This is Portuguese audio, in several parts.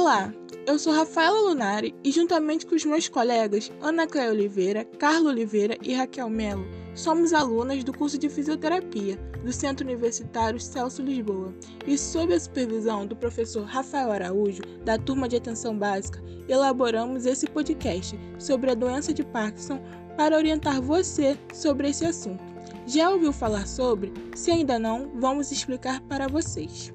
Olá, eu sou Rafaela Lunari e juntamente com os meus colegas Ana Cléia Oliveira, Carla Oliveira e Raquel Melo, somos alunas do curso de Fisioterapia do Centro Universitário Celso Lisboa e sob a supervisão do professor Rafael Araújo, da turma de Atenção Básica, elaboramos esse podcast sobre a doença de Parkinson para orientar você sobre esse assunto. Já ouviu falar sobre? Se ainda não, vamos explicar para vocês.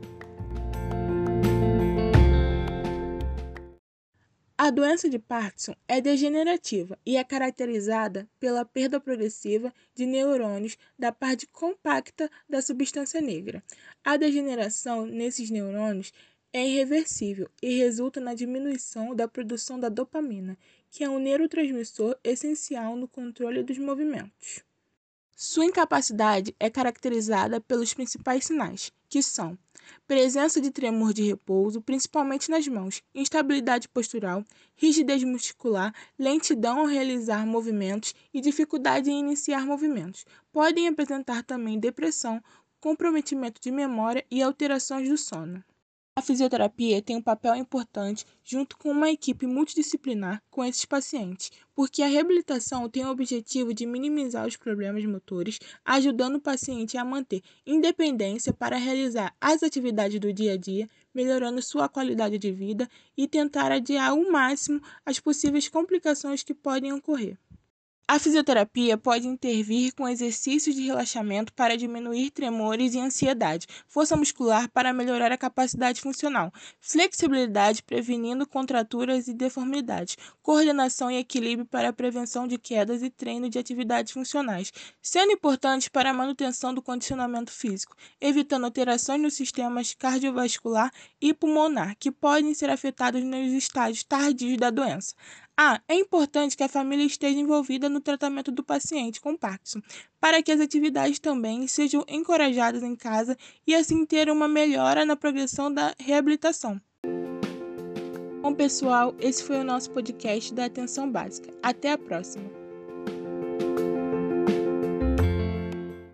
A doença de Parkinson é degenerativa e é caracterizada pela perda progressiva de neurônios da parte compacta da substância negra. A degeneração nesses neurônios é irreversível e resulta na diminuição da produção da dopamina, que é um neurotransmissor essencial no controle dos movimentos. Sua incapacidade é caracterizada pelos principais sinais, que são presença de tremor de repouso, principalmente nas mãos, instabilidade postural, rigidez muscular, lentidão ao realizar movimentos e dificuldade em iniciar movimentos. Podem apresentar também depressão, comprometimento de memória e alterações do sono. A fisioterapia tem um papel importante junto com uma equipe multidisciplinar com esses pacientes, porque a reabilitação tem o objetivo de minimizar os problemas motores, ajudando o paciente a manter independência para realizar as atividades do dia a dia, melhorando sua qualidade de vida e tentar adiar ao máximo as possíveis complicações que podem ocorrer. A fisioterapia pode intervir com exercícios de relaxamento para diminuir tremores e ansiedade, força muscular para melhorar a capacidade funcional, flexibilidade prevenindo contraturas e deformidades, coordenação e equilíbrio para a prevenção de quedas e treino de atividades funcionais, sendo importantes para a manutenção do condicionamento físico, evitando alterações nos sistemas cardiovascular e pulmonar, que podem ser afetados nos estágios tardios da doença. É importante que a família esteja envolvida no tratamento do paciente com Parkinson, para que as atividades também sejam encorajadas em casa e assim ter uma melhora na progressão da reabilitação. Bom, pessoal, esse foi o nosso podcast da Atenção Básica. Até a próxima!